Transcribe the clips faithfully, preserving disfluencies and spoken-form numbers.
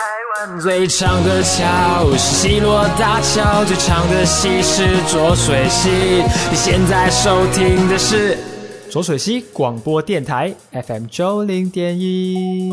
台湾最长的桥是西螺大桥，最长的溪是浊水溪。你现在收听的是浊水溪广播电台 F M 九零点一。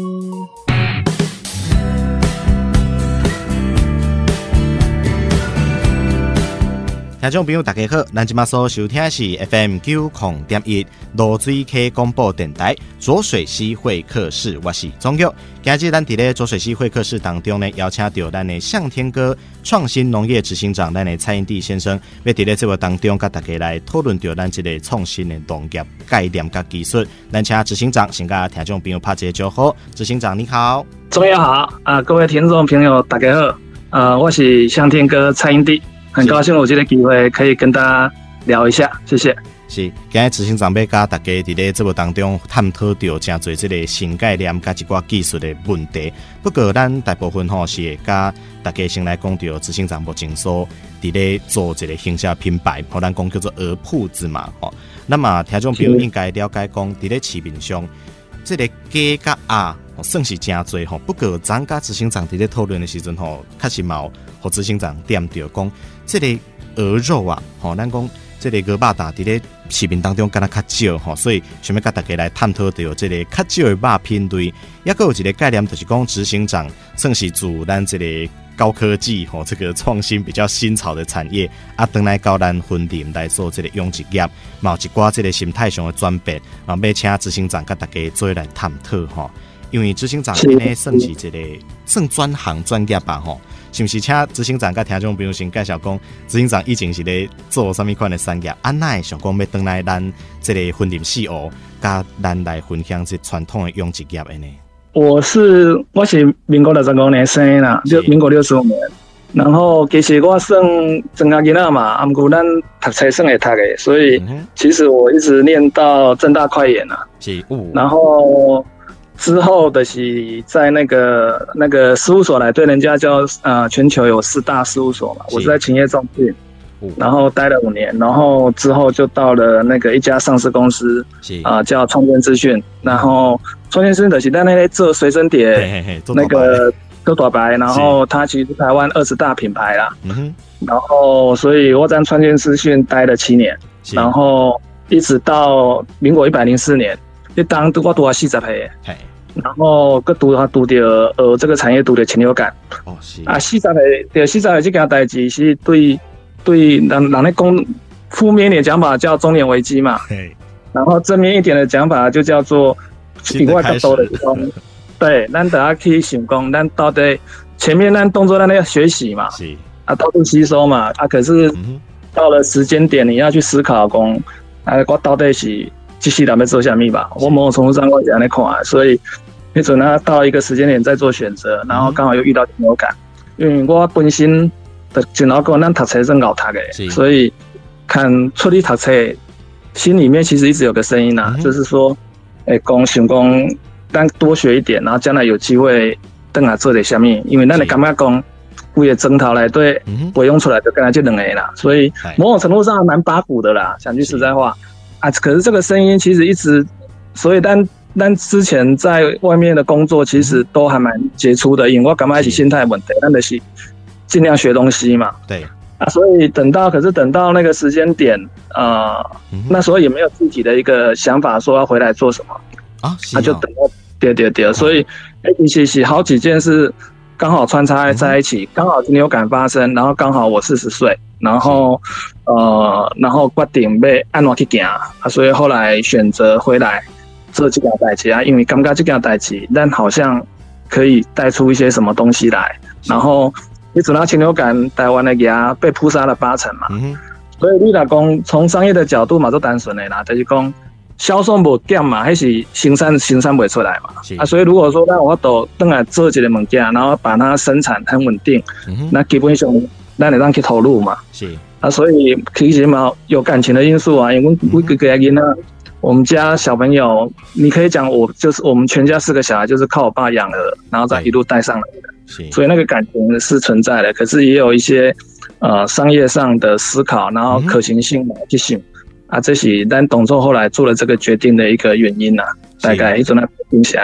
听众朋友大家好，咱今麦所收听的是 F M 九零点一罗水溪广播电台浊水溪会客室，我是钟玉。今日咱伫咧浊水溪会客室当中呢，邀请到咱的向天歌创新农业执行长咱的蔡英弟先生，要伫咧节目当中，甲大家来讨论到咱这个创新的农业概念甲技术。咱请执行长先甲听众朋友拍一个招呼。执行长你好， 钟玉好啊，各位听众朋友大家好，呃，我是向天歌蔡英弟。很高兴有这个机会可以跟大家聊一下，谢谢。 是，今日执行长要甲大家伫咧节目当中探讨到真侪这个新概念甲一寡技术的问题。不过咱大部分吼是会甲大家先来讲到执行长目前所伫咧做一个行销品牌，吼咱讲叫做鹅铺子嘛，吼。那么听众朋友应该了解讲，伫咧市面上这个鸡甲鸭算是真多吼。不过咱甲执行长伫咧讨论的时阵吼，确实嘛有和执行长点到讲。这个鹅肉啊，吼，咱讲这个鹅肉打伫咧市面当中敢若较少吼，所以想要甲大家来探讨到这个较少的肉品类，也佫有一个概念，就是讲执行长算是做咱这个高科技吼，这个创新比较新潮的产业啊，转来到咱分店来做这个养殖业，嘛有一寡这个心态上的转变，啊，要请执行长甲大家做来探讨吼。因为执行长呢算是一个算转行专业吧吼。是不是请执行长甲听众朋友先介绍讲，执行长以前是咧做什么款的产业？安奈想讲要转来咱这个分店 C E O， 甲咱来分享这传统的养殖业的呢？ 我是我是民国六十五年生的啦，就民国六十五年。然后其实我算庄稼囡仔嘛，啊，不过咱读册算会读的，所以其实我一直念到政大快研啦。 是，哦、 然后。之后的是在那个那个事务所来对人家叫呃全球有四大事务所嘛，我是在勤业重讯，然后待了五年，然后之后就到了那个一家上市公司啊、呃、叫创建资讯，然后创建资讯的是在那里做随身碟，那个做大白，然后它其实是台湾二十大品牌啦，嗯、然后所以我在创建资讯待了七年，然后一直到民国一百零四年。你当我读了四十岁，然后佮读他读到呃这个产业读到禽流感，哦是啊四十岁，对四十岁这件代志是对对人人咧讲负面一点讲法叫中年危机嘛，然后正面一点的讲法就叫做另外角度的讲，对，咱大家去想讲，咱到底前面咱动作咱要学习嘛，是啊到处吸收嘛，啊可是到了时间点你要去思考讲，啊我到底是。继续咱们做下面吧，我某种程度上我这样来看，所以那阵呢到一个时间点再做选择，然后刚好又遇到禽流感，因为我本身的真老讲，咱读册真搞读的，所以看出去读册，心里面其实一直有个声音啊，嗯、就是说，诶，讲想讲，咱多学一点，然后将来有机会等下做点下面，因为咱的感觉讲，为了征讨来对，不用出来就跟他就两个啦，所以某种程度上蛮八股的啦，讲句实在话。啊，可是这个声音其实一直，所以但但之前在外面的工作其实都还蛮杰出的，因为我感觉是心态问题，但是尽量学东西嘛。对啊，所以等到可是等到那个时间点，呃，嗯、那时候也没有具体的一个想法说要回来做什么啊，那、哦、就等到对对对，所以哎，其实好几件事刚好穿插在一起，刚、嗯、好禽流感发生，然后刚好我四十岁。然后，呃，然后决定要按怎去行啊，所以后来选择回来做这件代志啊，因为感觉这件代志，但好像可以带出一些什么东西来。然后，你只要禽流感，台湾的鸭被扑杀了八成嘛，嗯、所以你来讲，从商业的角度嘛，都单纯的啦，就是讲销售不减嘛，还是生产生产不出来嘛。啊，所以如果说让我都等来做这个物件，然后把它生产很稳定，嗯、那基本上。咱会当去投入嘛，是啊，所以其实嘛有感情的因素啊，因为我哥哥囡仔，我们家小朋友，你可以讲我就是我们全家四个小孩就是靠我爸养的，然后再一路带上来的，所以那个感情是存在的，可是也有一些呃商业上的思考，然后可行性嘛去想、嗯、啊，这是咱董座后来做了这个决定的一个原因啊，大概一种来分享呢。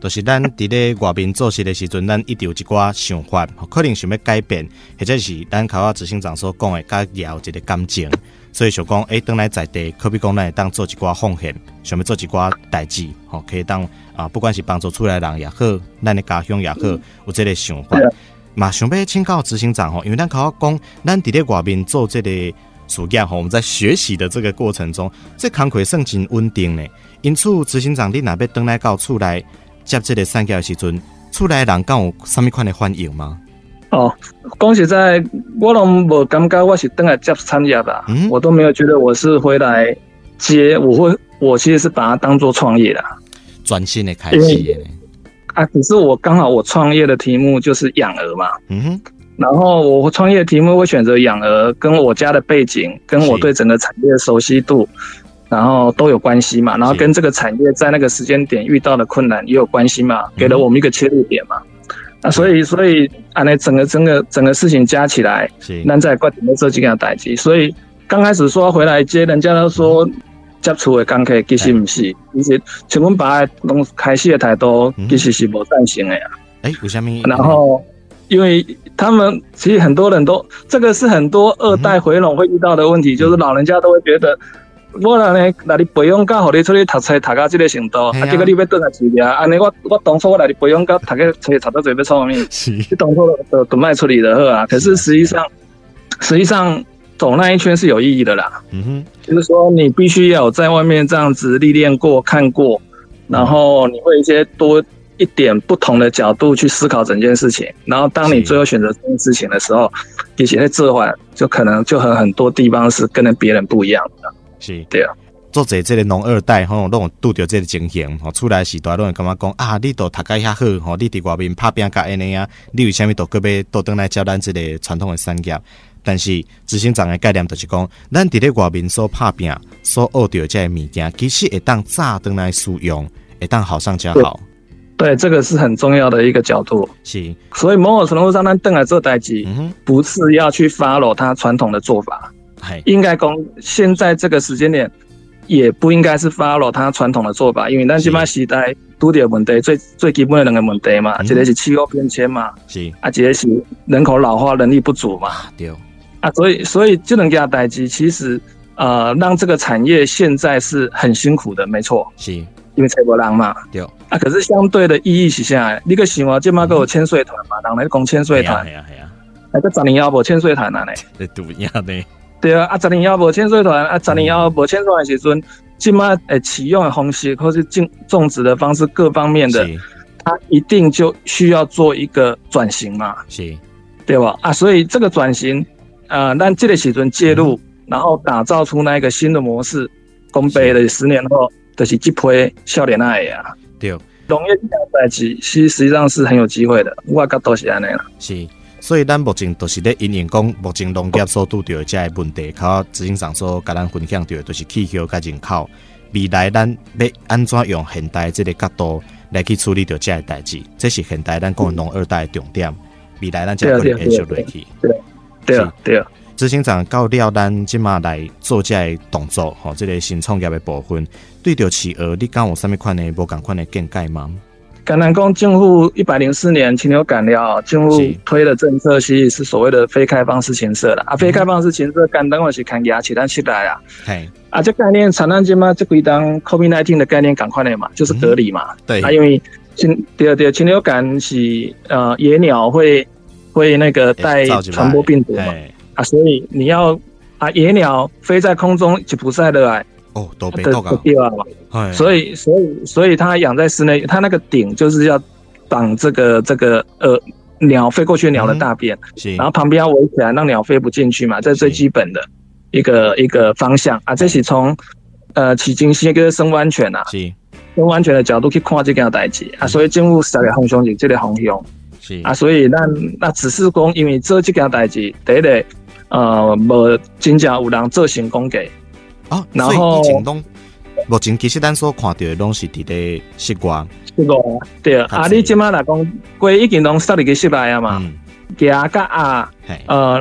就是咱伫咧外面做事的时阵，咱一定有一寡想法，可能想要改变，或者是咱头仔执行长所讲的，甲也有一个感情，所以想讲，诶、欸，转来在地，可比讲咱会当做一寡奉献，想要做一寡代志，吼，可以当啊，不管是帮助厝内人也好，咱的家乡也好，有这个想法。嘛，想要请教执行长吼，因为咱头仔讲，咱伫咧外面做这个事业吼，我们在学习的这个过程中，这工课算真稳定呢。因此，执行长，你若要转来到厝内接这个产业的时阵，厝内人敢有什么款的反应吗？ 哦，讲实在，我拢无感觉我是转来接产业的、嗯，我都没有觉得我是回来接，我会，我其实是把它当做创业的， 专心的开始的。 啊，只是我刚好我创业的题目就是养鹅嘛，嗯哼，然后我创业的题目会选择养鹅，跟我家的背景，跟我对整个产业的熟悉度。然后都有关系嘛，然后跟这个产业在那个时间点遇到的困难也有关系嘛，给了我们一个切入点嘛。啊，所以所以啊，那整个整个整个事情加起来，咱在决定要做这件代志。所以刚开始说回来接，人家都说接触的工课，其实不是，其实像阮爸拢开始的态度，其实是无赞成的呀。 哎，为什么？ 然后因为他们其实很多人都，这个是很多二代回笼会遇到的问题，就是老人家都会觉得。我若呢，来你培养到，互你出去读册，读到这个程度，啊，结果你要倒来饲掠，安尼我我当初我来你培养到，读个册读到最要创啥物？你当初都都卖出去的好啊。可是实际上，实际上走那一圈是有意义的啦。嗯哼，就是说你必须要有在外面这样子历练过、看过，然后你会一些多一点不同的角度去思考整件事情。然后当你最后选择这件事情的时候，其实在这环就可能就和很多地方是跟别人不一样的。 是， 对啊， 做者这个农二代吼，拢有拄着这个情形吼，出来时代拢会感觉讲啊，你都读甲遐好吼，你伫外面拍拼甲安尼啊，你为虾米都搁要倒转来接咱这个传统的产业？但是执行长的概念就是讲，咱伫咧外面所拍拼、所学到这个物件，其实会当早转来使用，会当好上加好。 对，这个是很重要的一个角度。 是， 所以某种程度上，咱转来做代志，嗯，不是要去 follow 他传统的做法。应该讲，现在这个时间点，也不应该是 follow 他传统的做法，因为咱现在时代拄到问题最最基本的两个问题嘛，嗯、一个是气候变迁嘛，是啊，一个是人口老化、人力不足嘛，对啊，所以所以这两件代志其实呃，让这个产业现在是很辛苦的，没错，是因为找无人嘛，对啊，可是相对的意义是啥？你个想啊，这马个有千岁团嘛，人来讲千岁团，系啊系啊，那个十年以后无千岁团啊呢？ 在赌一样的。 对啊，啊，十年以后无千岁团，啊，十年以后无千岁团的时阵，即马诶启用的方式或是种种植的方式各方面的，它一定就需要做一个转型嘛，是，对吧？啊，所以这个转型，呃，咱这个时阵介入，嗯、然后打造出那一个新的模式，公杯的十年后，就是这批少年爱啊，对，农业这样代志，其实实际上是很有机会的，我角度是安尼啦， 是。所以，咱目前都是咧因应讲，目前农业所拄到的这个问题，靠执行长所甲咱分享到的，就是气候甲人口。未来咱要安怎用现代这个角度来去处理到这个代志，这是现代咱讲的农二代的重点。未来咱才可能延续落去。 对对啊，对啊。 执行长到了咱即马来做这个动作，吼，这个新创业的部分，对着企鹅，你敢有啥物款的无共款的见解吗？ 甘南宫政府一百零四年禽流感了，政府推的政策其实是所谓的非开放式禽舍啦。啊，非开放式禽舍简单话是看牙齿咱起来啊。嘿，啊，这概念产咱今嘛这几当 COVID 十九 的概念赶快的嘛，就是隔离嘛。嗯、对。啊，因为禽第二第二禽流感是呃野鸟会会那个带传播病毒嘛。啊，所以你要啊野鸟飞在空中就不晒了来。 哦，都被冻啊！所以，所以，所以它养在室内，它那个顶就是要挡这个这个呃鸟飞过去的鸟的大便，嗯、然后旁边要围起来，让鸟飞不进去嘛，这是最基本的一个一个方向啊。这是从呃起经先跟生物安全啊，生物安全的角度去看这件代志啊，所以政府实个方向是这个方向是啊，所以咱那只是讲，因为做这件代志，第一个呃无真正有人做成功嘅。 哦，然后所以以前拢目前其实咱所看到的拢是伫咧室外， 室外对啊。啊，你即马来讲，龟已经拢塞入去室内啊嘛，鸡甲鸭，呃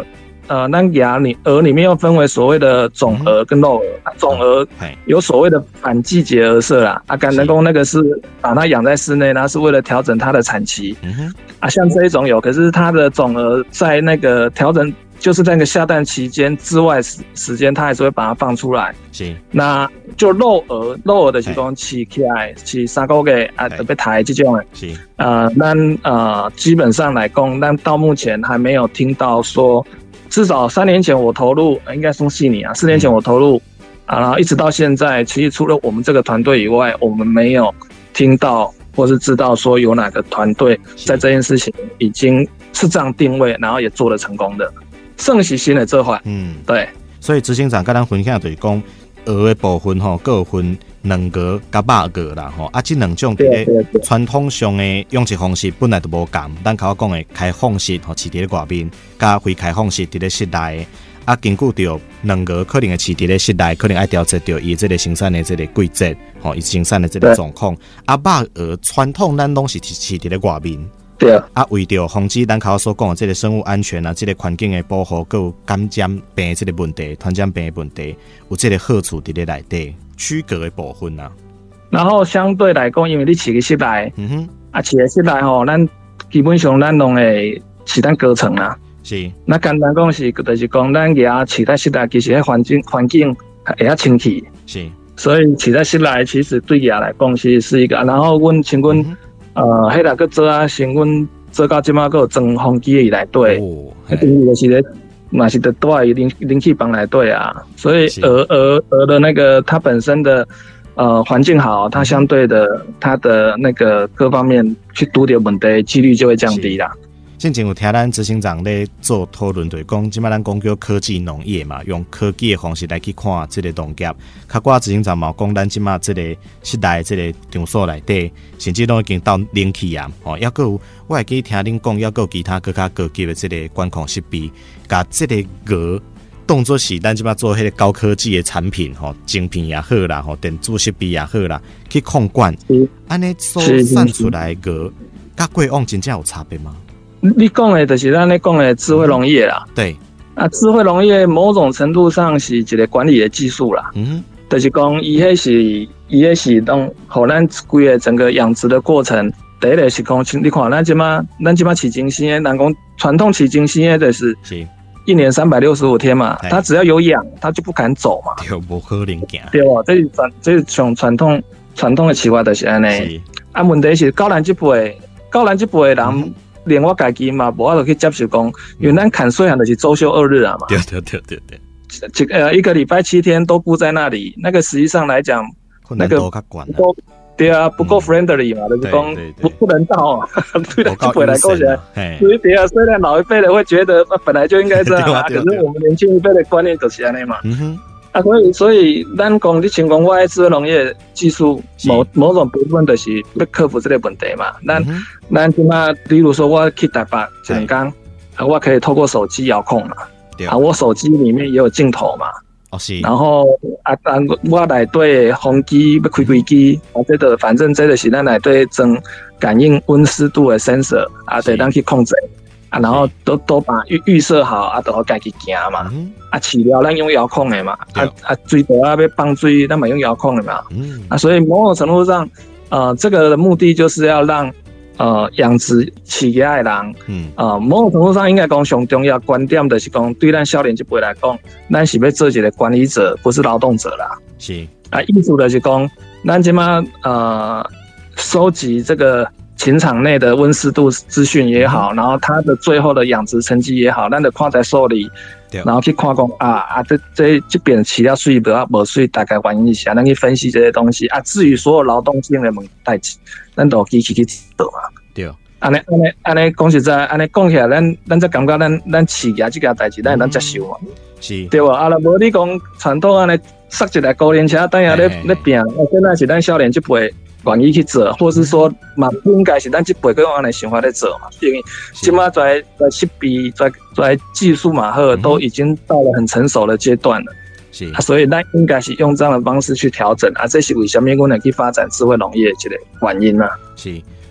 呃，那牙里鹅里面又分为所谓的种鹅跟肉鹅，嗯、种鹅有所谓的反季节鹅舍啦，啊，干人工那个是把它养在室内，那是为了调整它的产期，嗯、啊，像这一种有，可是它的种鹅在那个调整。就是在那个下蛋期间之外时时间，它还是会把它放出来。是，那就肉鹅，肉鹅的是讲饲起来饲三个月啊，特别抬这种的。是，呃，那呃，基本上来讲，但到目前还没有听到说，至少三年前我投入，应该送四年啊，四年前我投入、嗯、啊，然后一直到现在，其实除了我们这个团队以外，我们没有听到或是知道说有哪个团队在这件事情已经是这样定位，然后也做得成功的。算是新的做法，嗯，对。 所以执行长跟咱分享就是讲，鹅的部分吼，各有分两鹅甲肉鹅啦吼，啊，这两种伫咧传统上的养殖方式本来就无共，咱头讲的开放式吼，饲伫咧外面，甲非开放式伫咧室内，啊，根据着两鹅可能会饲伫咧室内，可能爱调节着伊这个生产的这个季节，吼，伊生产的这个状况。啊，肉鹅传统咱拢是饲伫咧外面。对啊，啊，为着防止咱口所讲的这个生物安全啊，这个环境的保护，还有感染病的这个问题、传染病的问题，有这个好处伫咧内底区隔的部分啊。 然后相对来讲，因为你饲个室内，嗯哼，啊，饲个室内吼，咱基本上咱拢会是咱隔层啊。是。那简单讲是，就是讲咱牙饲在室内，其实迄环境环境会较清气。是。所以饲在室内，其实对牙来讲，其实是一个。然后阮像阮。嗯呃，迄个个做啊，像阮做到即马个装风机的内底，迄等于就是咧，嘛是得带冷冷气房内底啊。所以鹅鹅鹅的那个它本身的呃环境好，它相对的它的那个各方面去拄到问题几率就会降低啦。 之前有听咱执行长咧做讨论，就是讲，即摆咱讲叫科技农业嘛，用科技的方式来去看这个农业。较寡执行长嘛讲，咱即摆这个室内这个场所内底，甚至都已经到冷气啊，哦，抑个有，我会记听恁讲，抑个有其他更加高级的这个管控设备，甲这个鹅当作是咱即摆做迄个高科技的产品，吼，晶片也好啦，吼，电子设备也好啦，去控管，安尼所散出来的鹅，甲过往真正有差别吗？ 你讲的就是咱咧讲的智慧农业啦，对，啊，智慧农业某种程度上是一个管理的技术啦，嗯，就是讲伊迄是伊迄是当，互咱规个整个养殖的过程，第一个是讲，你看咱即马咱即马饲精鲜的，人讲传统饲精鲜的就是一年三百六十五天嘛，它只要有养，它就不敢走嘛， 对，无可能行， 对吧？这是传这是从传统传统的饲法就是安尼，啊，问题是高咱这辈高咱这辈的人。嗯连我家己嘛，无法度去接受讲，因为咱砍碎行的是周休二日啊嘛。 对对对对对。 这呃一个礼拜七天都布在那里，那个实际上来讲，那个不够，对啊，不够 friendly 嘛，就是讲不不人道啊，对的，就回来讲起来，所以对啊，虽然老一辈的会觉得本来就应该这样啊，可是我们年轻一辈的观念就是安尼嘛。嗯哼。啊，所以所以咱讲你像讲我的智慧农业技术某某种部分就是要克服这个问题嘛。咱咱即马，比如说我去台北一两天，我可以透过手机遥控嘛。啊，我手机里面也有镜头嘛。哦是。然后啊，啊我内底风机要开几机，啊，这个反正这个是咱内底装感应温湿度的 sensor， 啊，对，咱去控制。啊，然后都都把预预设好，啊，都好家己行嘛。嗯、啊，饲料咱用遥控的嘛，啊啊，水道啊要放水，咱嘛用遥控的嘛。嗯。啊，所以某种程度上，呃，这个的目的就是要让呃养殖企业的人，嗯，呃，某种程度上应该讲上重要观点就是讲，对咱少年这辈来讲，咱是要做一个管理者，不是劳动者啦。是。啊，意思就是讲，咱即马呃收集这个。禽场内的温湿度资讯也好，然后它的最后的养殖成绩也好，咱就看在手里，然后去看讲啊啊，这这这边饲料水不无水，大概原因是啥，咱去分析这些东西啊。至于所有劳动性的问代志，咱都机器去做嘛。对。安尼安尼安尼讲实在，安尼讲起来，咱咱才感觉咱咱饲业这件代志，咱能接受嘛？是。对吧？啊，无你讲传统安尼塞一台高龄车，等下咧咧拼，现在是咱少年这辈。愿意去做，或是说嘛不应该是咱这辈个安尼想法在做嘛，因为即马在在设备在在技术嘛好，都已经到了很成熟的阶段了，是、啊，所以咱应该是用这样的方式去调整啊，这是为什么我们去发展智慧农业这个原因啊？ 是。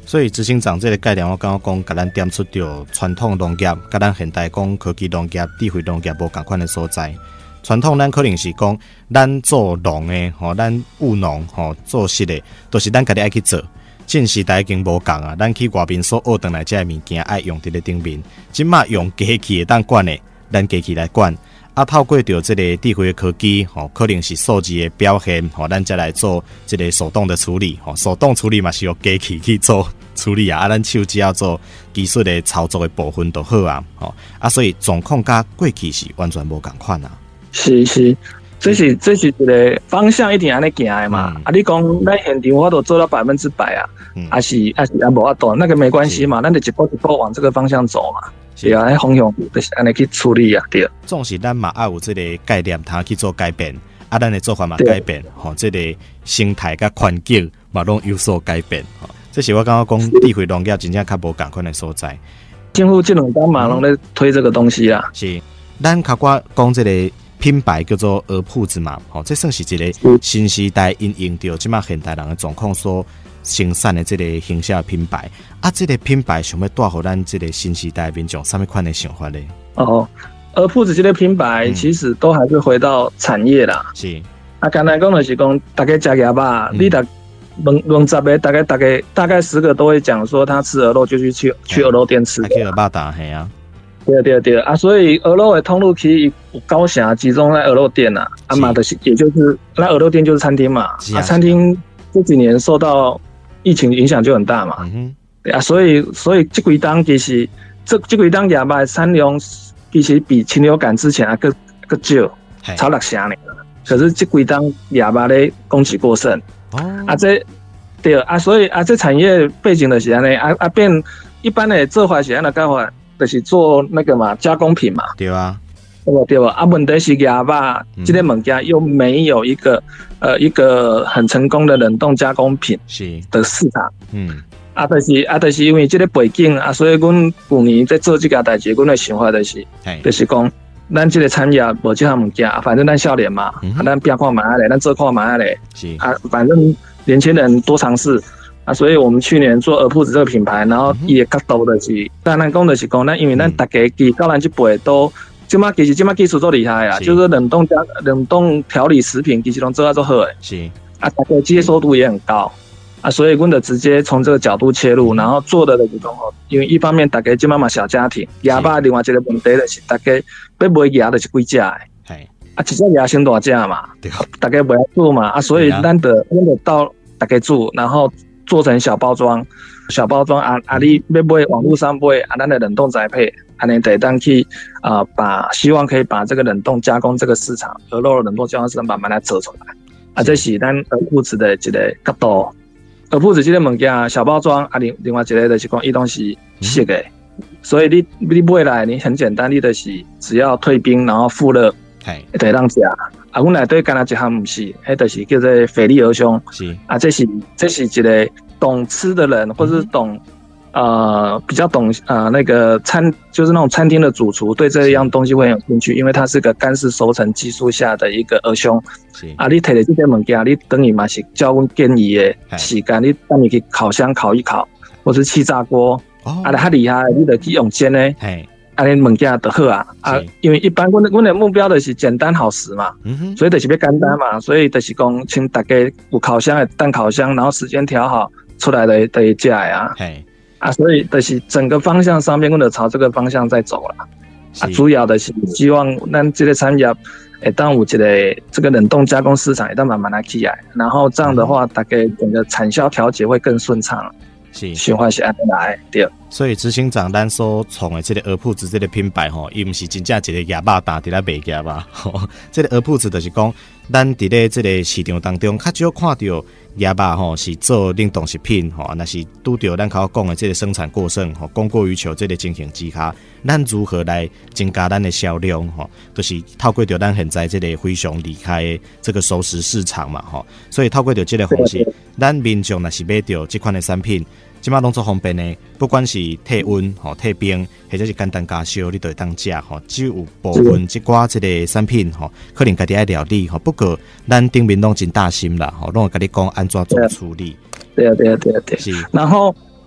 所以执行长这个概念，我刚刚讲，甲咱点出着传统农业，甲咱现代讲科技农业、智慧农业无同款的所在。传统咱可能是讲，咱做农的，吼，咱务农，吼，做实的，都是咱家己爱去做。近时代已经无共啊，咱去外面所学回来这物件，爱用伫咧顶面。即马用机器会当管的，咱机器来管。啊，透过着这个智慧的科技，吼，可能是数字的表现，吼，咱再来做这个手动的处理，吼，手动处理嘛是用机器去做处理啊，啊，咱手只要做技术的操作的部分就好啊，吼，啊，所以状况甲过去是完全无共款啊。 是是，这是这是一个方向一定安尼行的嘛。嗯、啊，你讲咱现场我都做到百分之百啊，嗯、啊是啊是啊无法度，那个没关系嘛，咱就一步一步往这个方向走嘛。对啊，迄方向就是安尼去处理啊，对。 总是咱嘛要有这个概念，通去做改变，啊，咱的做法嘛改变，吼，这个生态甲环境嘛拢有所改变，吼。这是我刚刚讲智慧农业真正较无共款的所在。 政府这两单嘛拢在推这个东西啦。 是，咱较我讲这个。品牌叫做鹅铺子嘛，吼，这算是一个新时代因应到即马现代人的状况所生产的这个形象品牌。啊，这个品牌想要带给咱这个新时代民众什么款的想法呢？ 哦，鹅铺子这个品牌其实都还是回到产业啦。 嗯、是。 啊，简单讲就是讲，大家吃鸭吧，你大问问十个，大概大概大概十个都会讲说，他吃鹅肉就去去去鹅肉店吃的。 去鹅肉打嘿啊。 对对对啊，所以鹅肉的通路其实有高峡集中在鹅肉店呐、啊，啊嘛的，也就是那鹅肉店就是餐厅嘛，啊, 啊餐厅这几年受到疫情影响就很大嘛，嗯哼对啊，所以所以这几档其实这这几档亚巴的产量其实比禽流感之前啊更更少，超六成呢，可是这几档亚巴的供给过剩，哦啊这对啊，所以啊这产业背景的是安尼啊啊变一般的做法是安怎干法？就是做那个嘛加工品嘛， 对啊， 对吧？对吧？啊，问题是鸭吧，这个物件又没有一个呃一个很成功的冷冻加工品的市场，嗯，啊，就是啊，就是因为这个背景啊，所以阮去年在做这个代志，阮的想法就是，就是讲，咱这个产业无这项物件，反正咱少年嘛，嗯、啊，咱拼看买咧，咱做看买咧，是啊，反正年轻人多尝试。啊，所以我们去年做鹅铺子这个品牌，然后伊的角度就是，当然讲的是讲，咱因为咱大家技高咱这辈都，即马其实即马技术都厉害啦，就是冷冻加冷冻调理食品，其实都做到做好诶。是啊，大家接受度也很高啊，所以阮就直接从这个角度切入，然后做的就是讲吼，因为一方面大家即马嘛小家庭，鸭肉另外一个问题就是大家要买鸭就是几只诶，啊，一只鸭先大只嘛，大家不要做嘛，啊，所以咱的咱的到大家做，然后。做成小包装，小包装啊啊！你要买网络上买啊，咱的冷冻宅配，安尼得当去啊，把希望可以把这个冷冻加工这个市场，鹅肉冷冻加工市场慢慢来做出来。啊，这是咱鹅铺子的一个角度。鹅铺子这个物件小包装啊，另另外一个就是讲，伊东是熟的，所以你你买来你很简单，你就是只要退冰，然后复热，得当食。啊，阮内底干那一项毋是，迄就是叫做菲力鹅胸。是啊，这是这是一个懂吃的人，或是懂呃比较懂呃那个餐，就是那种餐厅的主厨，对这样东西会很有兴趣，因为它是个干式熟成技术下的一个鹅胸。是啊，你摕的这些物件，你等于嘛是照阮建议的时间，你当你去烤箱烤一烤，或是气炸锅。哦，啊，较厉害，你得去用煎呢。安尼物件就好啊，啊，因为一般阮阮的目标就是简单好食嘛，嗯、所以就是要简单嘛，所以就是讲，请大家有烤箱的蛋烤箱，然后时间调好出来的的食啊，啊，所以就是整个方向上面，阮就朝这个方向在走了，啊，主要的是希望咱这个产业，会当有一个这个冷冻加工市场，会当慢慢来起来，然后这样的话，大概整个产销调节会更顺畅。是，想法是安尼来对。 所以执行长咱所创的这个鹅铺子这个品牌吼，伊毋是真正一个鸭肉担伫咧卖鸭肉，吼，这个鹅铺子就是讲，咱伫咧这个市场当中，较少看到鸭肉吼是做冷冻食品吼，那是拄着咱口讲的这个生产过剩吼，供过于求这个情形之下，咱如何来增加咱的销量吼？就是透过着咱现在这个非常厉害的这个熟食市场嘛吼，所以透过着这个方式，咱民众若是买着这款的产品。即马拢做方便的，不管是退温、吼退冰，或者是简单加烧，你都会当食吼。只有部分即寡即个产品吼，可能家己爱料理吼。不过咱顶面拢真大心啦，吼，拢会甲你讲安怎做处理。 对啊，对啊，对啊，对。是。然后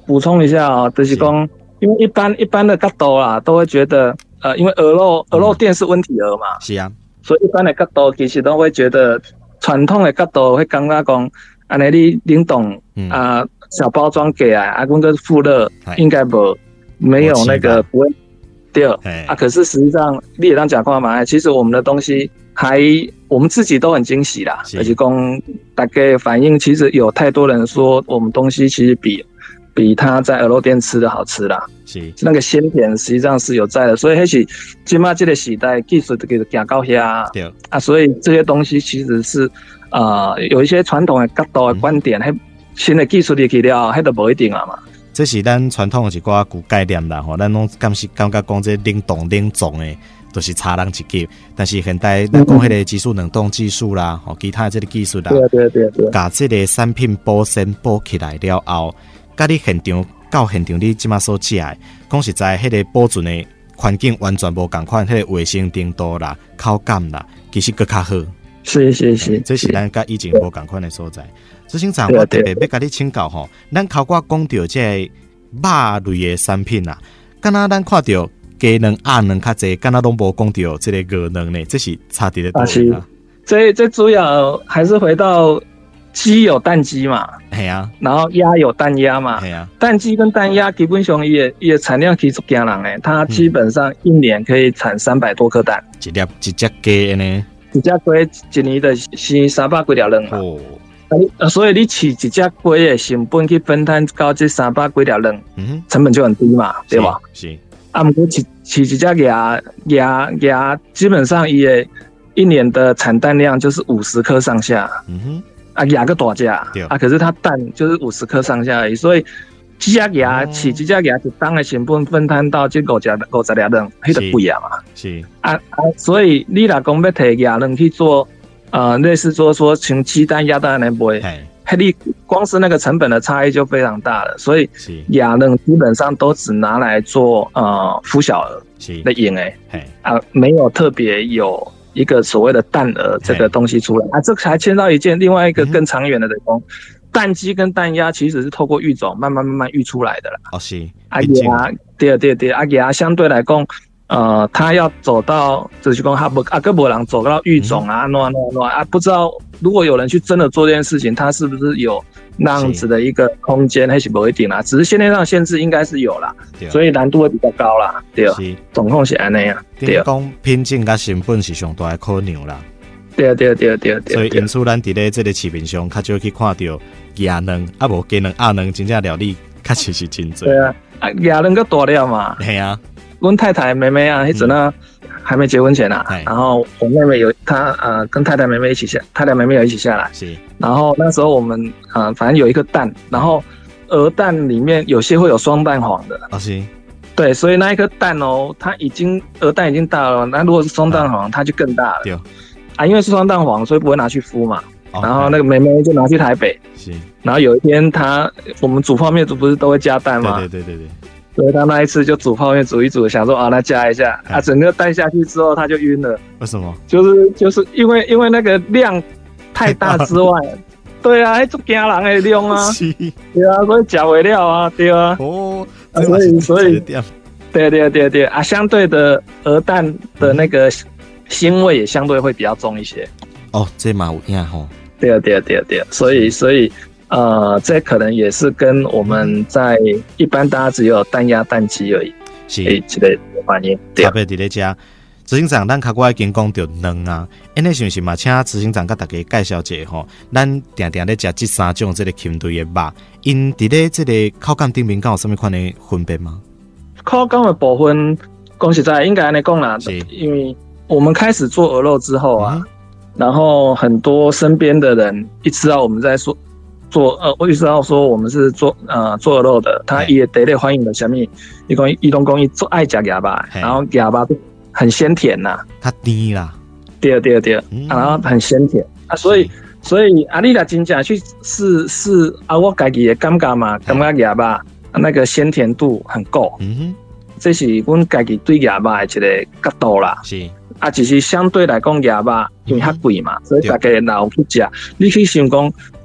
补充一下哦，就是讲，因为一般一般的角度啦，都会觉得，呃，因为鹅肉鹅肉店是温体鹅嘛， 是啊， 所以一般的角度其实都会觉得，传统的角度会感觉讲，安尼你冷冻啊、呃、小包装给啊，啊，阮个复热应该不没有那个不会掉啊。可是实际上你也当讲话嘛，其实我们的东西还我们自己都很惊喜啦，而且讲大概反应，其实有太多人说我们东西其实比。比他在鹅肉店吃的好吃啦，是那个鲜甜实际上是有在的，所以那是今嘛这个时代技术这个行到遐，对啊，所以这些东西其实是呃有一些传统的角度的观点，嗯、新的技术入去了，迄都无一定啊嘛。 这是咱传统的一寡旧概念啦，吼，咱拢感是感觉讲这冷冻冷冻的，都是差人一级。但是现代咱讲迄个技术冷冻技术啦，吼，其他的这个技术啦， 对对对对， 把这个产品保鲜保起来了后。甲你现场到现场，你即马所食的，讲实在，迄个保存的环境完全无共款，迄个卫生程度啦、口感啦，其实更较好。 是是是， 这是咱甲以前无共款的所在。执行长，我特别要甲你请教吼，咱头我讲到这肉类的产品啊，敢若咱看到鸡卵、鸭卵较济，敢若拢无讲到这个鹅卵呢，这是差伫咧倒位啊？ 这这主要还是回到。鸡有蛋鸡嘛， 系啊， 然后鸭有蛋鸭嘛， 系啊， 蛋鸡跟蛋鸭基本上也也产量其实足惊人诶，它基本上一年可以产三百多颗蛋， 一粒一只鸡呢， 一只鸡一年的是三百几条卵嘛，哦，啊，所以你饲一只鸡的成本去分摊到这三百几条卵，嗯，成本就很低嘛，对吧？是，啊，不过饲饲一只鸭鸭鸭，基本上也一年的产蛋量就是五十颗上下，嗯哼。啊，鸭个大只啊，可是它蛋就是五十颗上下而已，所以一只鸭饲一只鸭一当的成本分摊到这五只五十粒卵，迄个贵啊嘛。是啊啊，所以你若讲要摕鸭卵去做，呃，类似说说像鸡蛋、鸭蛋来卖，迄你光是那个成本的差异就非常大了。所以鸭卵基本上都只拿来做呃孵小鹅的用诶，啊，没有特别有。一个所谓的蛋鹅这个东西出来啊，这还牵到一件另外一个更长远的东西，蛋鸡跟蛋鸭其实是透过育种慢慢慢慢育出来的啦。哦，是。啊鸭，对对对，啊鸭相对来讲，呃，它要走到就是讲它不啊，更没人走到育种啊，乱乱乱啊，不知道如果有人去真的做这件事情，它是不是有那样子的一个空间，还是不一定啦。只是先天上的限制应该是有啦，所以难度会比较高啦，对。总共是安尼啊，对。 讲品质甲成本是上大的考量啦。 对对对对对。 所以因此咱伫咧这个市面上较少去看到鸭卵，啊无鸡卵、鸭卵真正料理确实是真多。 对啊，啊鸭卵个大了嘛。 系啊。 阮太太妹妹啊，迄阵啊还没结婚前啊，然后我妹妹有她呃跟太太妹妹一起下，太太妹妹有一起下来，是。然后那时候我们呃反正有一个蛋，然后鹅蛋里面有些会有双蛋黄的，啊是。对，所以那一颗蛋哦，它已经鹅蛋已经大了，那如果是双蛋黄，它就更大了。对。啊，因为是双蛋黄，所以不会拿去孵嘛。然后那个妹妹就拿去台北，是。然后有一天她我们煮泡面煮不是都会加蛋吗？对对对对对。所以他那一次就煮泡面煮一煮，想说啊，那加一下，啊，整个蛋下去之后他就晕了。 为什么？ 就是就是因为因为那个量太大之外，对啊，还做惊人的量啊，对啊，所以假尾料啊，对啊。哦，啊、所以所以对对对对啊，相对的鹅蛋的那个腥味也相对会比较重一些。 哦，这嘛有影吼。 对啊对啊对啊对啊，所以所以。呃，这可能也是跟我们在一般大家只有蛋鸭蛋鸡而已，是这个反应。 特别伫咧遮，执行长，咱较我已经讲到卵啊，安尼是不是嘛？请执行长甲大家介绍一下吼，咱定定咧食这三种这个禽类的肉，因伫咧这个口感顶面，敢有什么款的分别吗？ 口感的部分，讲实在应该安尼讲啦，因为我们开始做鹅肉之后啊，嗯、然后很多身边的人一知道我们在说。做呃，我意识到说我们是做呃做鹅肉的，他也得咧欢迎的什么？一公一东公一做爱食鸭巴，然后鸭巴很鲜甜呐， 它甜啦， 对对对，嗯啊、然后很鲜甜啊，所以所以阿丽拉真正去试试啊，我自己的感觉嘛，感觉鸭巴那个鲜甜度很够，嗯哼，这是阮自己对鸭巴的一个角度啦，是啊，只是相对来讲鸭巴因为较贵嘛，所以大家老去食，你去想讲。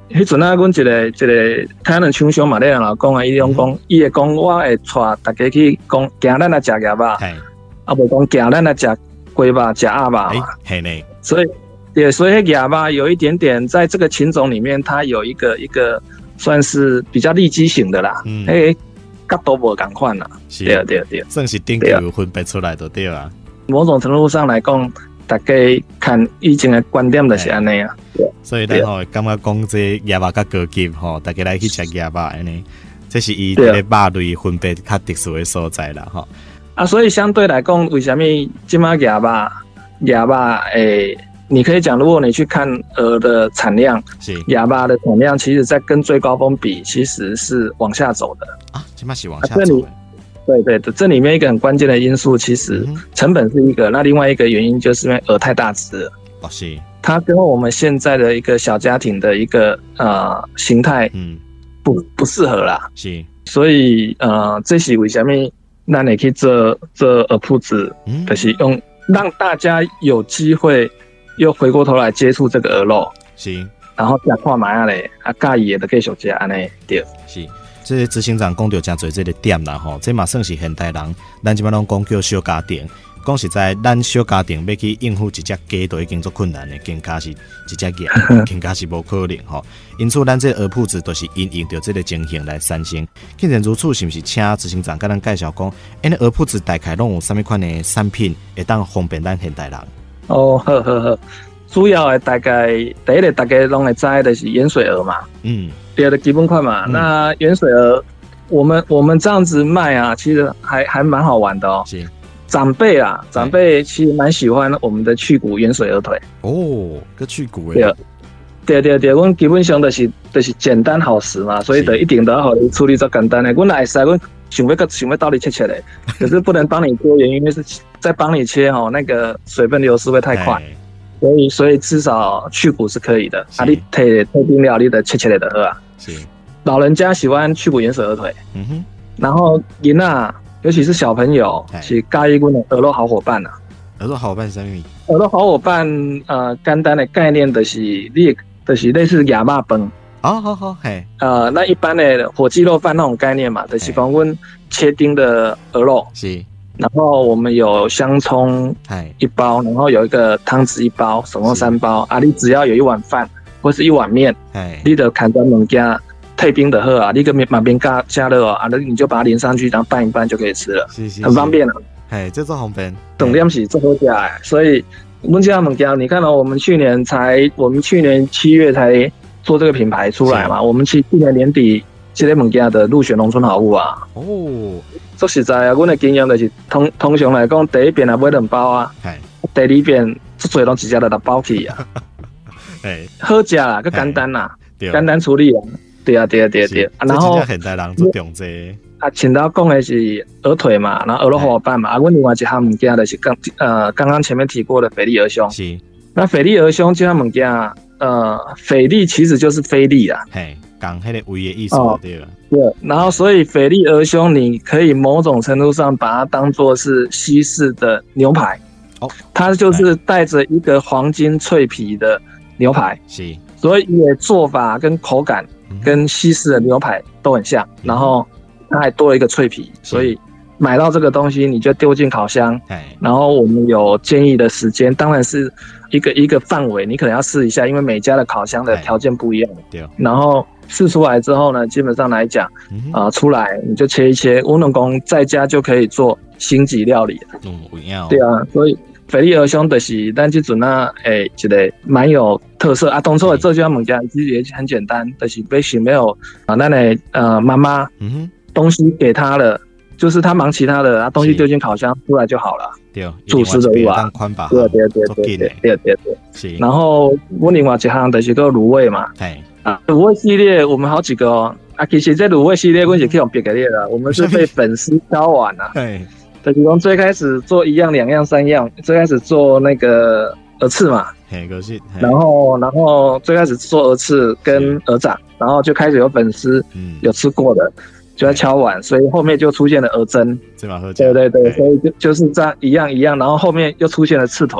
迄阵啊，阮一个一个台南厂商嘛，咧人老讲啊，伊种讲，伊会讲我会带大家去讲，行咱来食鸭肉，啊，无讲行咱来食龟肉、食鸭肉嘛。 系呢。 所以，对，所以迄鸭肉有一点点在这个禽种里面，它有一个一个算是比较利基型的啦。嗯。诶，角度无共款啦。对啊，对啊，对啊。 算是顶有分别出来就对啊。 某种程度上来讲。大家看以前的观点就是安尼啊， 所以咱吼感觉讲这鸭肉较高级吼，大家来去食鸭肉安尼，这是伊这个肉类分别较特殊的所在啦吼。 啊，所以相对来讲，为什么今麦鸭肉鸭肉诶，你可以讲，如果你去看鹅的产量，鸭肉的产量，其实在跟最高峰比，其实是往下走的啊，今麦是往下走的。 对对对，这里面一个很关键的因素，其实成本是一个，那另外一个原因就是因为鹅太大只了。 哦，是。 它跟我们现在的一个小家庭的一个呃形态，嗯，不不适合啦。 是。 所以呃，这是为什么咱会去做做鹅铺子，嗯、就是用让大家有机会又回过头来接触这个鹅肉。 是。 然后吃看卖啊咧，啊介意的就继续吃安尼对。 是。这个执行长讲到真侪这个点啦吼，这嘛算是现代人，咱即摆拢讲叫小家庭。讲实在，咱小家庭要去应付一只鸡都已经足困难的，更加是一只鸭，更加是无可能吼。因此，咱这鹅铺子都是因应着这个情形来产生。既然如此，是不是请执行长跟咱介绍讲，因鹅铺子大概拢有啥物款的产品，会当方便咱现代人？ 哦，好好好，主要的大概第一个大家拢会知的是盐水鹅嘛，嗯。第二个基本款嘛，嗯、那盐水鹅，我们我们这样子卖啊，其实还还蛮好玩的哦。是，长辈啊，长辈其实蛮喜欢我们的去骨盐水鹅腿。 哦，个去骨诶。对对对，我们基本上都、就是都、就是简单好食嘛，所以就一定都要好处理做简单的。我来塞，我想要个想要到底切切的，可是不能帮你做，原因是再帮你切哦，那个水分流失会太快。所以，所以至少去骨是可以的。啊，你退退冰料，你的切切的喝啊。是。老人家喜欢去骨盐水鹅腿。嗯哼。然后囡仔，尤其是小朋友，是介意我的鹅肉好伙伴啊。 鹅肉好伙伴是什么？ 鹅肉好伙伴，呃，简单的概念就是，你就是类似鸭肉饭。 哦，好好嘿。 呃，那一般的火鸡肉饭那种概念嘛，就是讲我们切丁的鹅肉。是。然后我们有香葱一包，然后有一个汤匙一包，总共三包。啊，你只要有一碗饭或是一碗面，你的砍端物件退冰的喝啊，你个马边加加热啊，你就把它淋上去，然后拌一拌就可以吃了，是是很方便了。 哎，这做方便。 重点是做好吃的，所以我们家物件，你看到、哦、我们去年才，我们去年七月才做这个品牌出来嘛，我们去去年年底这个物件的入选农村好物啊。哦。说实在啊，阮的经验就是通通常来讲，第一遍啊买两包啊，第二遍最多拢直接就六包去啊。好食啦，佮简单啦，简单处理啊。对啊，对啊，对啊，对啊。然后现代人做重这啊，请到讲的是鹅腿嘛，然后鹅肉伙伴嘛。啊，阮另外一项物件就是刚呃刚刚前面提过的菲力鹅胸。是。那菲力鹅胸这项物件，呃，菲力其实就是菲力啊。嘿。讲迄个胃的意思对了，对，然后所以菲力鹅胸，你可以某种程度上把它当作是西式的牛排，哦，它就是带着一个黄金脆皮的牛排，是，所以也做法跟口感跟西式的牛排都很像，嗯、然后它还多了一个脆皮，所以买到这个东西你就丢进烤箱，然后我们有建议的时间，当然是一个一个范围，你可能要试一下，因为每家的烤箱的条件不一样，对，然后。试出来之后呢，基本上来讲，啊、呃，出来你就切一切，乌龙公在家就可以做星级料理了。嗯，不要。对啊，所以菲力鹅胸就是咱这阵啊，诶，一个蛮有特色啊。当初的做这物件其实也很简单，就是必须没有啊，咱的呃妈妈，嗯哼，东西给他了，就是他忙其他的，啊，东西丢进烤箱出来就好了。对，主食的物啊，对对对对对对对对。是。然后我另外一项就是个卤味嘛。哎。啊，卤味系列我们好几个哦。啊，其实这卤味系列我也可以用别个列的，我们是被粉丝敲碗啊。对，就是从最开始做一样、两样、三样，最开始做那个鹅翅嘛，嘿，鹅翅，然后然后最开始做鹅翅跟鹅掌，然后就开始有粉丝有吃过的，就在敲碗，所以后面就出现了鹅胗，对对对，所以就就是这样一样一样，然后后面又出现了翅腿。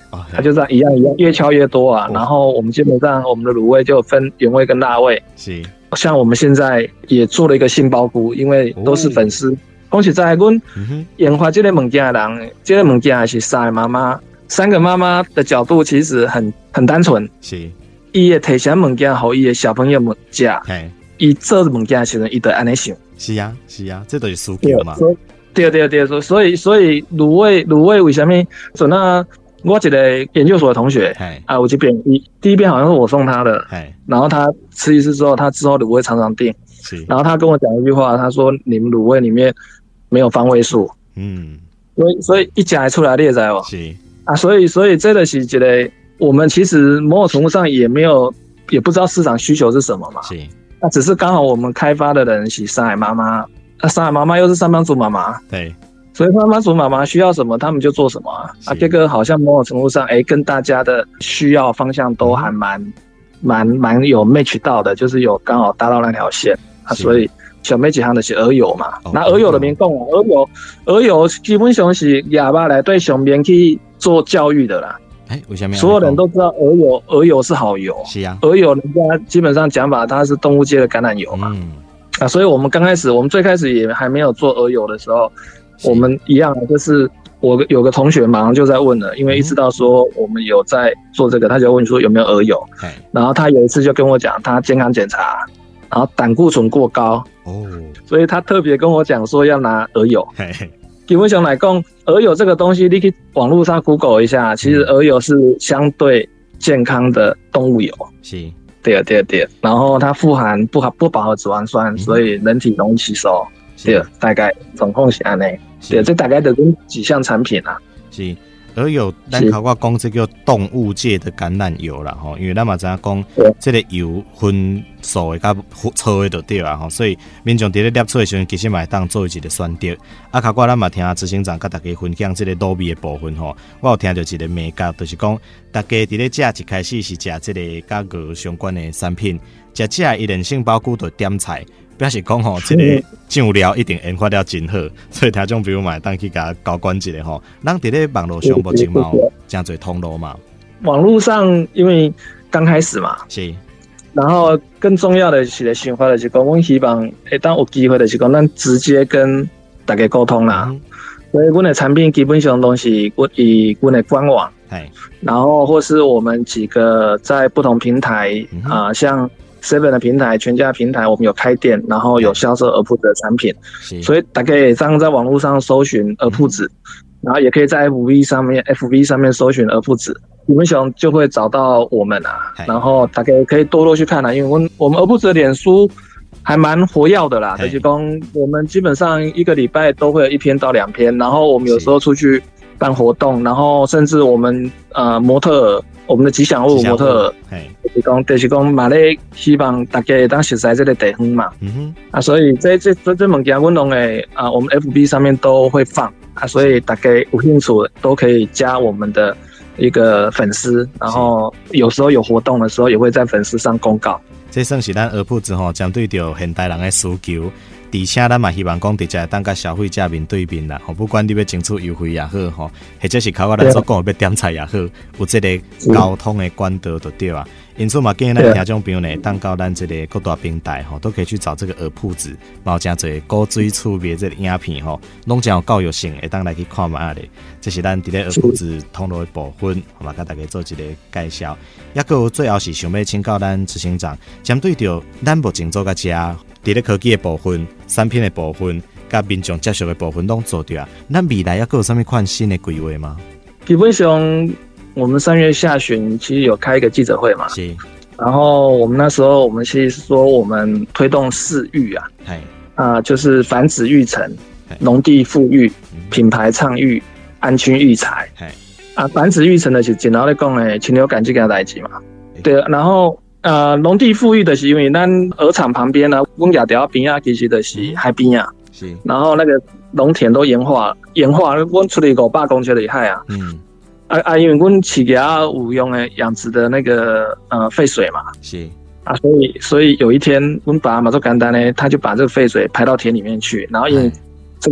哦，它就这样一样一样，越敲越多啊。哦、然后我们基本上我们的卤味就分原味跟辣味。 是， 像我们现在也做了一个杏鲍菇，因为都是粉丝。讲实在，阮研发这个物件的人，这个物件是三个妈妈，三个妈妈的角度其实很很单纯。 是， 伊会提啥物件，互伊的小朋友们食。伊做物件的时阵，伊就安尼想。 是啊，是啊，这都是需求嘛。 对对对，所以所以卤味卤味为什么？就那我一个研究所的同学，啊，我这边一第一遍好像是我送他的，然后他吃一次之后，他之后卤味常常订，然后他跟我讲一句话，他说你们卤味里面没有方位数，嗯，所以所以一夹出来列在哦，是啊，所以所以这个是一个我们其实某种程度上也没有也不知道市场需求是什么嘛，是，那只是刚好我们开发的人是上海妈妈。那、啊、上海妈妈又是上班族妈妈， 对， 所以上班族妈妈需要什么，他们就做什么啊。啊，这个好像某种程度上，哎、欸，跟大家的需要方向都还蛮、蛮、蛮有 match 到的，就是有刚好搭到那条线啊。所以小妹几行的是鹅油嘛，哦、那鹅油的民讲啊，鹅油，鹅油基本上是哑巴来对上面去做教育的啦。 哎、欸，为什么？ 所有人都知道鹅油，鹅油是好油， 是啊， 鹅油人家基本上讲法，它是动物界的橄榄油嘛。嗯啊，所以我们刚开始，我们最开始也还没有做鹅油的时候，我们一样，就是我有个同学马上就在问了，因为一知道说我们有在做这个，他就问说有没有鹅油，然后他有一次就跟我讲，他健康检查，然后胆固醇过高，哦，所以他特别跟我讲说要拿鹅油。基本上来讲，鹅油这个东西，你去网络上 Google 一下，其实鹅油是相对健康的动物油。是。对对对，然后它富含不好不饱和脂肪酸，嗯、所以人体容易吸收。对，大概总共是安尼。对，这大概就跟几项产品啊。 是，而有咱考我讲这叫动物界的橄榄油啦吼，因为咱嘛知影讲，这个油分素的甲粗的就对啊吼，所以民众伫咧摄取的时候，其实嘛会当做一个选择。啊，考我咱嘛听执行长甲大家分享这个卤味的部分吼，我有听到一个美感，就是讲大家伫咧食一开始是食这个甲鹅相关的产品，食食一人杏鲍菇就点菜。表示讲吼，这个酱料一定研发了真好，所以听众朋友嘛，当去甲交关一下吼。咱伫咧网络上目前嘛有真侪通路嘛。 网络上因为刚开始嘛，是。然后更重要的是咧，想法的是讲，我希望诶，当有机会的是讲，咱直接跟大家沟通啦。嗯、所以，阮的产品基本上都是我以阮的官网，然后或是我们几个在不同平台啊、嗯呃，像。seven 的平台、全家平台，我们有开店，然后有销售鹅铺子的产品，所以大家也这样在网络上搜寻鹅铺子，然后也可以在 F B 上面、F B 上面搜寻鹅铺子，你们想就会找到我们啊。然后大家可以多多去看啊，因为我们我们鹅铺子的脸书还蛮活跃的啦，就是讲我们基本上一个礼拜都会有一篇到两篇，然后我们有时候出去办活动，然后甚至我们呃模特儿。我们的吉祥物模特，就是讲，就是讲，嘛咧希望大家当熟悉这个地方嘛。嗯哼。啊，所以这这这这物件，我拢会啊，我们 F B 上面都会放啊，所以大家有兴趣都可以加我们的一个粉丝，然后有时候有活动的时候，也会在粉丝上公告。 这算是咱鹅铺子吼，针对着现代人的需求。而且咱嘛希望讲，直接当甲消费者面对面啦，吼，不管你要争取优惠也好，吼，或者是靠我来所讲要点菜也好，有这个交通的管道就对啊。因此嘛，建议咱听众朋友呢，当到咱这个各大平台吼，都可以去找这个鹅铺子，然后真侪古水趣味这个影片吼，拢真有教育性，会当来去看嘛啊咧。这是咱伫咧鹅铺子通路的部分，好嘛，甲大家做一个介绍。也个有最后是想要请教咱执行长，针对着咱目前做甲遮。伫咧科技的部分、产品的部分、甲民众接触的部分拢做掉啊。咱未来还有什么款新的规划吗？ 基本上，我们三月下旬其实有开一个记者会嘛。是。然后我们那时候，我们其实是说我们推动四育啊，啊、呃，就是繁殖育成、农地富裕、品牌倡育、安全育才。啊，繁殖育成的是简单来讲诶，禽流感这个代志嘛。对，然后。呃，农地富裕的是因为咱鹅场旁边呢，温雅条边啊，其实的是海边啊，是。然后那个农田都盐化，盐化，我处理五百公尺的海啊。嗯。啊啊，因为阮企业有用的养殖的那个呃废水嘛。是。啊，所以所以有一天，阮爸嘛做简单呢，他就把这个废水排到田里面去，然后因为这个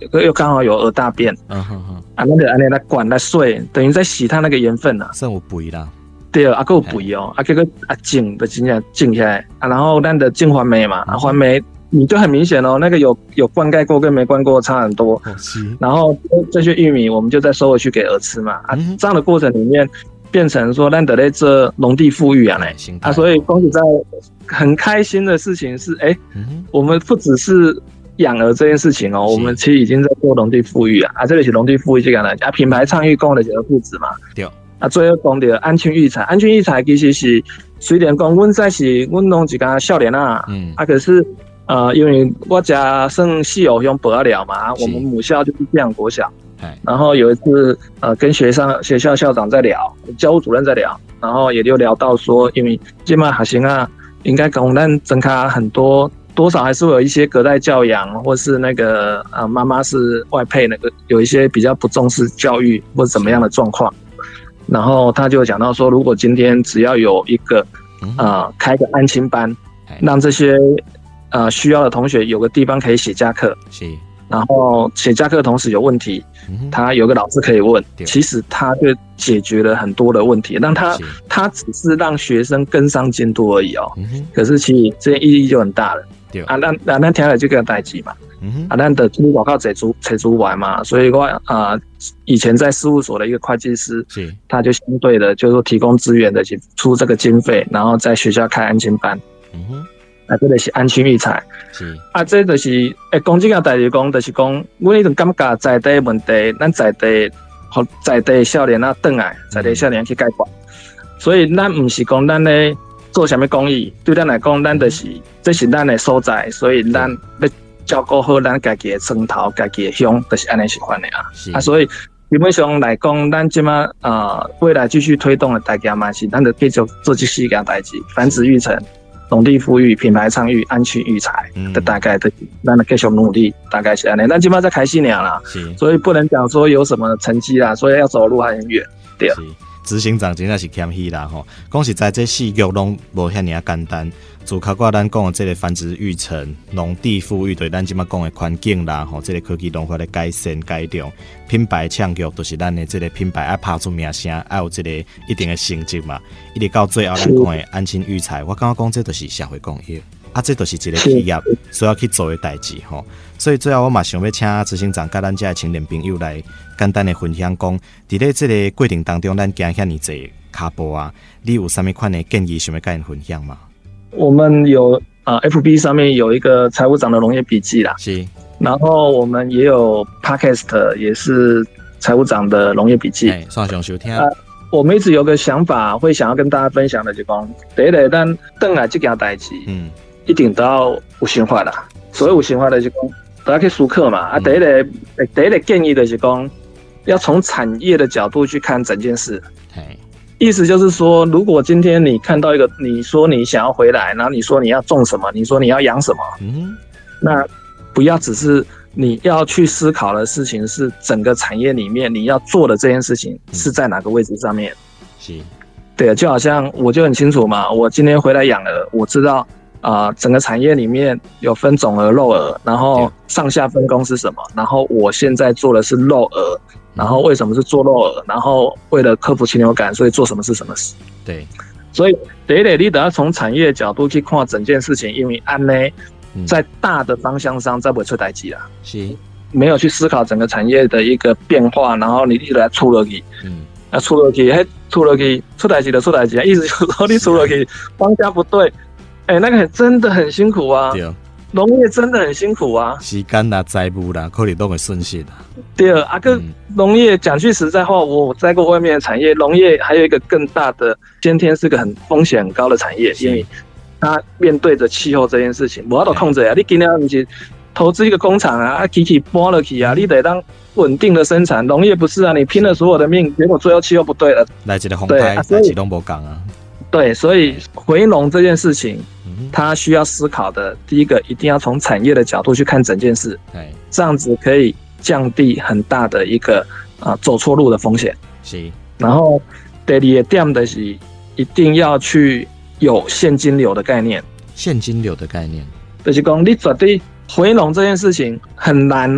又刚好有鹅大便，嗯哼哼，啊，那个安尼来管来水，等于在洗它那个盐分啦， 算有肥啦。 对，啊，还有肥哦，啊，这个啊净的真正净下来，啊，然后咱的净环酶嘛，啊，环酶你就很明显哦，那个有有灌溉过跟没灌过差很多，哦、然后这些玉米我们就再收回去给鹅吃嘛，啊，嗯、这样的过程里面变成说咱的在这农地富裕啊嘞，啊，所以恭喜在很开心的事情是，哎、欸嗯，我们不只是养鹅这件事情哦，我们其实已经在做农地富裕啊，啊，这里是农地富裕这个来讲，啊，品牌倡议供的几个父子嘛，对。啊，最后讲到安庆育才，安庆育才其实是虽然讲阮在是阮拢一家少年啊，嗯，啊可是呃，因为我家算系偶乡博了嘛，我们母校就是这样国小，然后有一次呃跟学生学校校长在聊，教务主任在聊，然后也就聊到说，因为现在学生啊，应该讲咱增加很多。多少还是会有一些隔代教养，或是那个呃妈妈是外配那个，有一些比较不重视教育或者怎么样的状况。然后他就讲到说，如果今天只要有一个呃开个安亲班，让这些呃需要的同学有个地方可以写家课，然后写家课的同时有问题，他有个老师可以问，其实他就解决了很多的问题。但他他只是让学生跟上进度而已哦，可是其实这些意义就很大了。啊，咱咱咱听了这个代志嘛，嗯、啊，咱的出广告找主找主管嘛，所以我啊、呃、以前在事务所的一个会计师，他就相对的就是说提供资源的去出这个经费，然后在学校开安亲班，嗯哼，啊，这个是安亲育才，是啊，这就是诶，讲这个代志讲，就是讲，阮迄种感觉在地问题，咱在地和在地少年啊转来，在地少年去解决，所以咱唔是讲咱咧。做什么公益？对咱来讲，咱就是这是咱的所在，所以咱要照顾好咱家己的村头、家己的乡，就是安尼是款的啊。啊，所以基本上来讲，咱即马呃未来继续推动的大家嘛是，咱就继续做这四件代志：繁殖育成、农地富裕、品牌倡议、安全育才的大概的，咱的继续努力，大概是安尼。咱即马在开始年啦，所以不能讲说有什么成绩啦，所以要走的路还很远，对。 执行长真正是谦虚啦吼，讲实在这四局拢无遐尔简单。自包括咱讲的这个繁殖育成、农地富裕，对咱即马讲的环境啦吼，这个科技农法的改善改良、品牌倡议，都是咱的这个品牌要拍出名声，要有这个一定的成绩嘛。一直到最后咱讲的安亲育才，我感觉讲这都是社会公益。啊，这都是一个企业所要去做的代志吼，所以最后我嘛想要请执行长甲咱这青年朋友来简单的分享讲，伫咧这个过程当中，咱行遐尼济脚步啊，你有啥物款的建议想要跟人分享吗？ 我们有啊、呃、，F B 上面有一个财务长的农业笔记啦，是，然后我们也有 Podcast， 也是财务长的农业笔记，哎， 上上收听。 呃我们一直有个想法，会想要跟大家分享的，就是讲，第一个，咱转来这件代志，嗯。一定都要有想法啦。所谓有想法的是讲，大家可以熟客嘛。啊，第一个第一个建议的是讲，要从产业的角度去看整件事。意思就是说，如果今天你看到一个，你说你想要回来，然后你说你要种什么，你说你要养什么，嗯，那不要只是你要去思考的事情是整个产业里面你要做的这件事情是在哪个位置上面。是，对，就好像我就很清楚嘛，我今天回来养鹅，我知道。啊、呃，整个产业里面有分种鹅、肉鹅，然后上下分工是什么？然后我现在做的是肉鹅，然后为什么是做肉鹅？然后为了克服禽流感，所以做什么是什么事？对，所以第一个你得要从产业角度去看整件事情，因为安呢，在大的方向上再不会出代志啦，是没有去思考整个产业的一个变化，然后你一直来出落去，嗯，啊出落去，嘿出落去出代志的出代志，意思就是说你出落去方向不对。哎、欸，那个很真的很辛苦啊！对，农业真的很辛苦啊， 时间啦、财务啦，可能都会顺势啦。 对啊，跟农业讲句实在话，我在过外面的产业，农业还有一个更大的，先天是个很风险很高的产业，因为它面对着气候这件事情，无法度控制啊。你今天不是投资一个工厂啊，啊起起搬了去啊，你得当稳定的生产。农业不是啊，你拼了所有的命，结果最后气候不对了， 来一个风台，代志都无共啊。 对，所以回农这件事情，它需要思考的，第一个一定要从产业的角度去看整件事，这样子可以降低很大的一个啊、呃、走错路的风险。是，然后第二个点的是一定要去有现金流的概念。 现金流的概念， 就是讲你绝对回农这件事情很难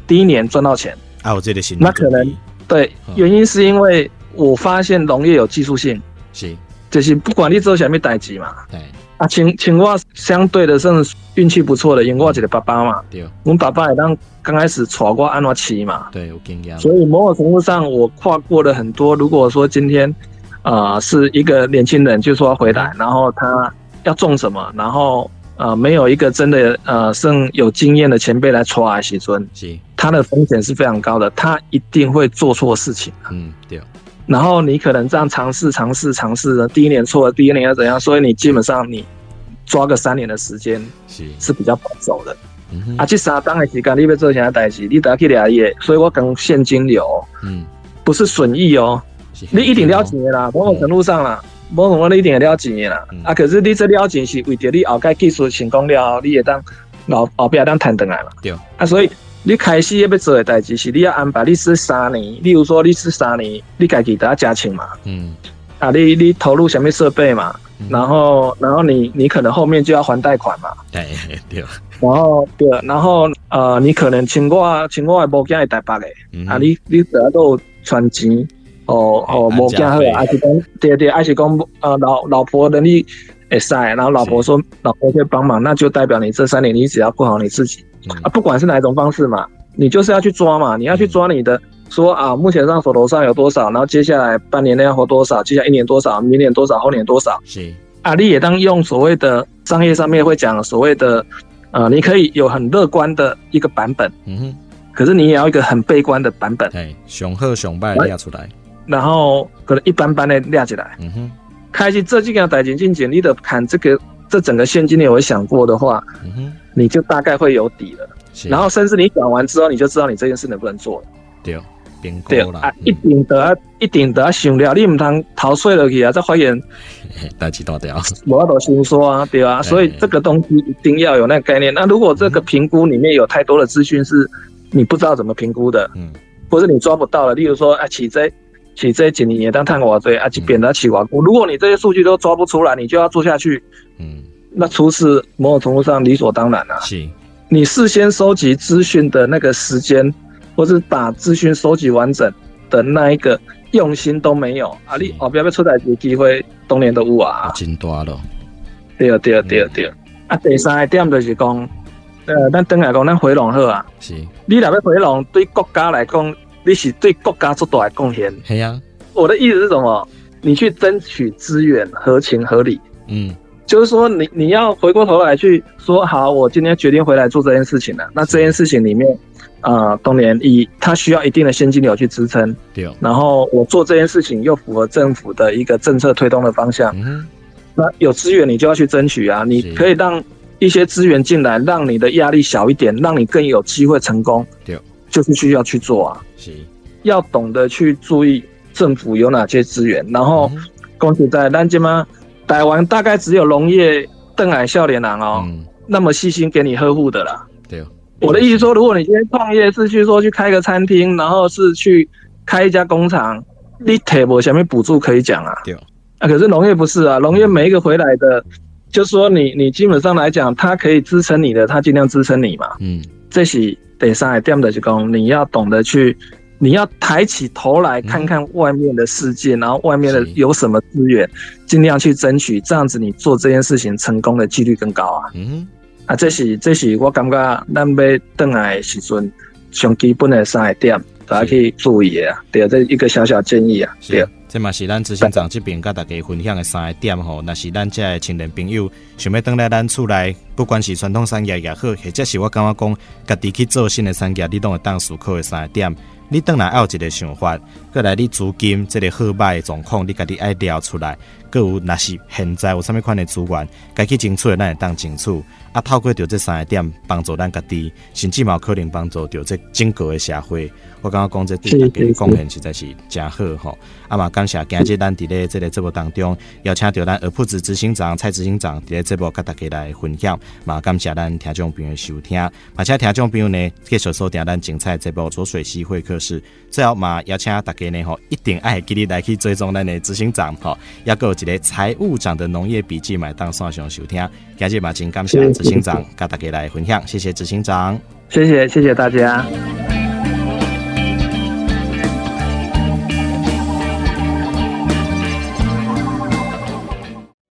第一年赚到钱。 啊，我这个心那可能对，原因是因为我发现农业有技术性， 是， 就是不管你做什么代志嘛，对，啊，像像我相对的算运气不错的，因为我一个爸爸嘛，对，我们爸爸也当刚开始带我安怎骑嘛， 对，有经验， 所以某种程度上我跨过了很多。如果说今天，呃，是一个年轻人就说要回来，然后他要种什么，然后。呃，没有一个真的呃，甚有经验的前辈来带的时阵，他的风险是非常高的，他一定会做错事情。嗯，对。然后你可能这样尝试、尝试、尝试的，第一年错了，第二年要怎样？所以你基本上你抓个三年的时间是是比较保守的。嗯、啊，这三档的时间你要做啥代志，你得去了解。所以我讲现金流，嗯，不是损益哦，你一定了钱的啦，某种程度上啦。某种我你一定会了钱的啦，嗯、啊！可是你这了钱是为着你后盖技术成功了，你会当后后边当赚回来嘛？对。啊，所以你开始要做的代志是你要安排，你是三年，例如说你是三年，你自己得要加钱嘛？嗯。啊，你你投入什么设备嘛？嗯、然后然后你你可能后面就要还贷款嘛？对对。然后对，然后呃，你可能请我请我的物件是台北的，嗯、啊，你你得要都传钱。哦哦，无惊好，还是讲对对，还是讲呃老老婆能力会使，然后老婆说老婆可以帮忙，那就代表你这三年你只要顾好你自己、嗯、啊，不管是哪一种方式嘛，你就是要去抓嘛，你要去抓你的、嗯、说啊，目前上手头上有多少，然后接下来半年内要活多少，接下来一年多少，明年多少，后年多少，是啊，你也当用所谓的商业上面会讲所谓的呃，你可以有很乐观的一个版本，嗯哼，可是你也要一个很悲观的版本， 哎，上好上坏列出来。 然后可能一般般的列起来，嗯哼，开始这几件代金进前，你得看这个这整个现金流有想过的话，嗯哼，你就大概会有底了。然后甚至你讲完之后，你就知道你这件事能不能做了。对，评估啦，啊，一定得要一定得要想了，你唔通逃税落去啊，再发现代志大条， 无法度先说啊，对啊，所以这个东西一定要有那个概念。那如果这个评估里面有太多的资讯是你不知道怎么评估的，嗯，或者你抓不到了，例如说啊，起这。起这几年也当探我追啊，这边的起我估。如果你这些数据都抓不出来，你就要做下去。嗯，那出事某种程度上理所当然啊。是，你事先收集资讯的那个时间，或是把资讯收集完整的那一个用心都没有啊！你后边要出代志机会，当年都有啊。 真大咯。 对对对对。嗯、啊，第三个点就是讲，呃，咱等来讲，咱回笼好啊。是。你若要回笼，对国家来讲。你是对国家做大的贡献。是啊，我的意思是什么？你去争取资源，合情合理。嗯，就是说你你要回过头来去说，好，我今天决定回来做这件事情了。那这件事情里面，呃，当然以它需要一定的现金流去支撑。对。然后我做这件事情又符合政府的一个政策推动的方向。嗯。那有资源你就要去争取啊！你可以让一些资源进来，让你的压力小一点，让你更有机会成功。对。就是需要去做啊，是要懂得去注意政府有哪些资源，然后恭喜在咱这嘛台湾大概只有农业邓海少年郎哦、嗯，那么细心给你呵护的啦。对，我的意思说，如果你今天创业是去说去开个餐厅，然后是去开一家工厂，你提无什么补助可以讲啊。对啊，可是农业不是啊，农业每一个回来的，就说你你基本上来讲，它可以支撑你的，它尽量支撑你嘛。嗯，这是。第三个点就是讲，你要懂得去，你要抬起头来看看外面的世界，嗯、然后外面的有什么资源，尽量去争取，这样子你做这件事情成功的几率更高啊。嗯，啊，这是这是我感觉咱要回来的时阵上基本的三个点，大家可以注意的啊。对，这一个小小建议啊。对。 这嘛是咱执行长这边跟大家分享的三个点吼，那是咱这的青年朋友想要回来咱厝内，不管是传统产业也好，或者是我感觉讲家己去做新的产业，你都会当思考的三个点。你回来要有一个想法，再来你资金这个好歹的状况，你家己爱聊出来。还有若是现在有啥物款的资源，该去争取的咱会当争取。啊，透过着这三个点帮助咱家己，甚至嘛可能帮助着这整个的社会。我感觉讲这对大家的贡献实在是真好吼。啊嘛，感谢今日咱伫咧这个节目当中邀请到咱二铺子执行长蔡执行长伫咧节目跟大家来分享。嘛，感谢咱听众朋友收听，而且听众朋友呢继续收听咱精彩节目浊水溪会客室。最后嘛，邀请大家呢吼一定爱记得来去追踪咱的执行长吼，也有一个财务长的农业笔记买当线上收听。今日嘛，真感谢执行长跟大家来分享，谢谢执行长， 谢谢谢谢大家。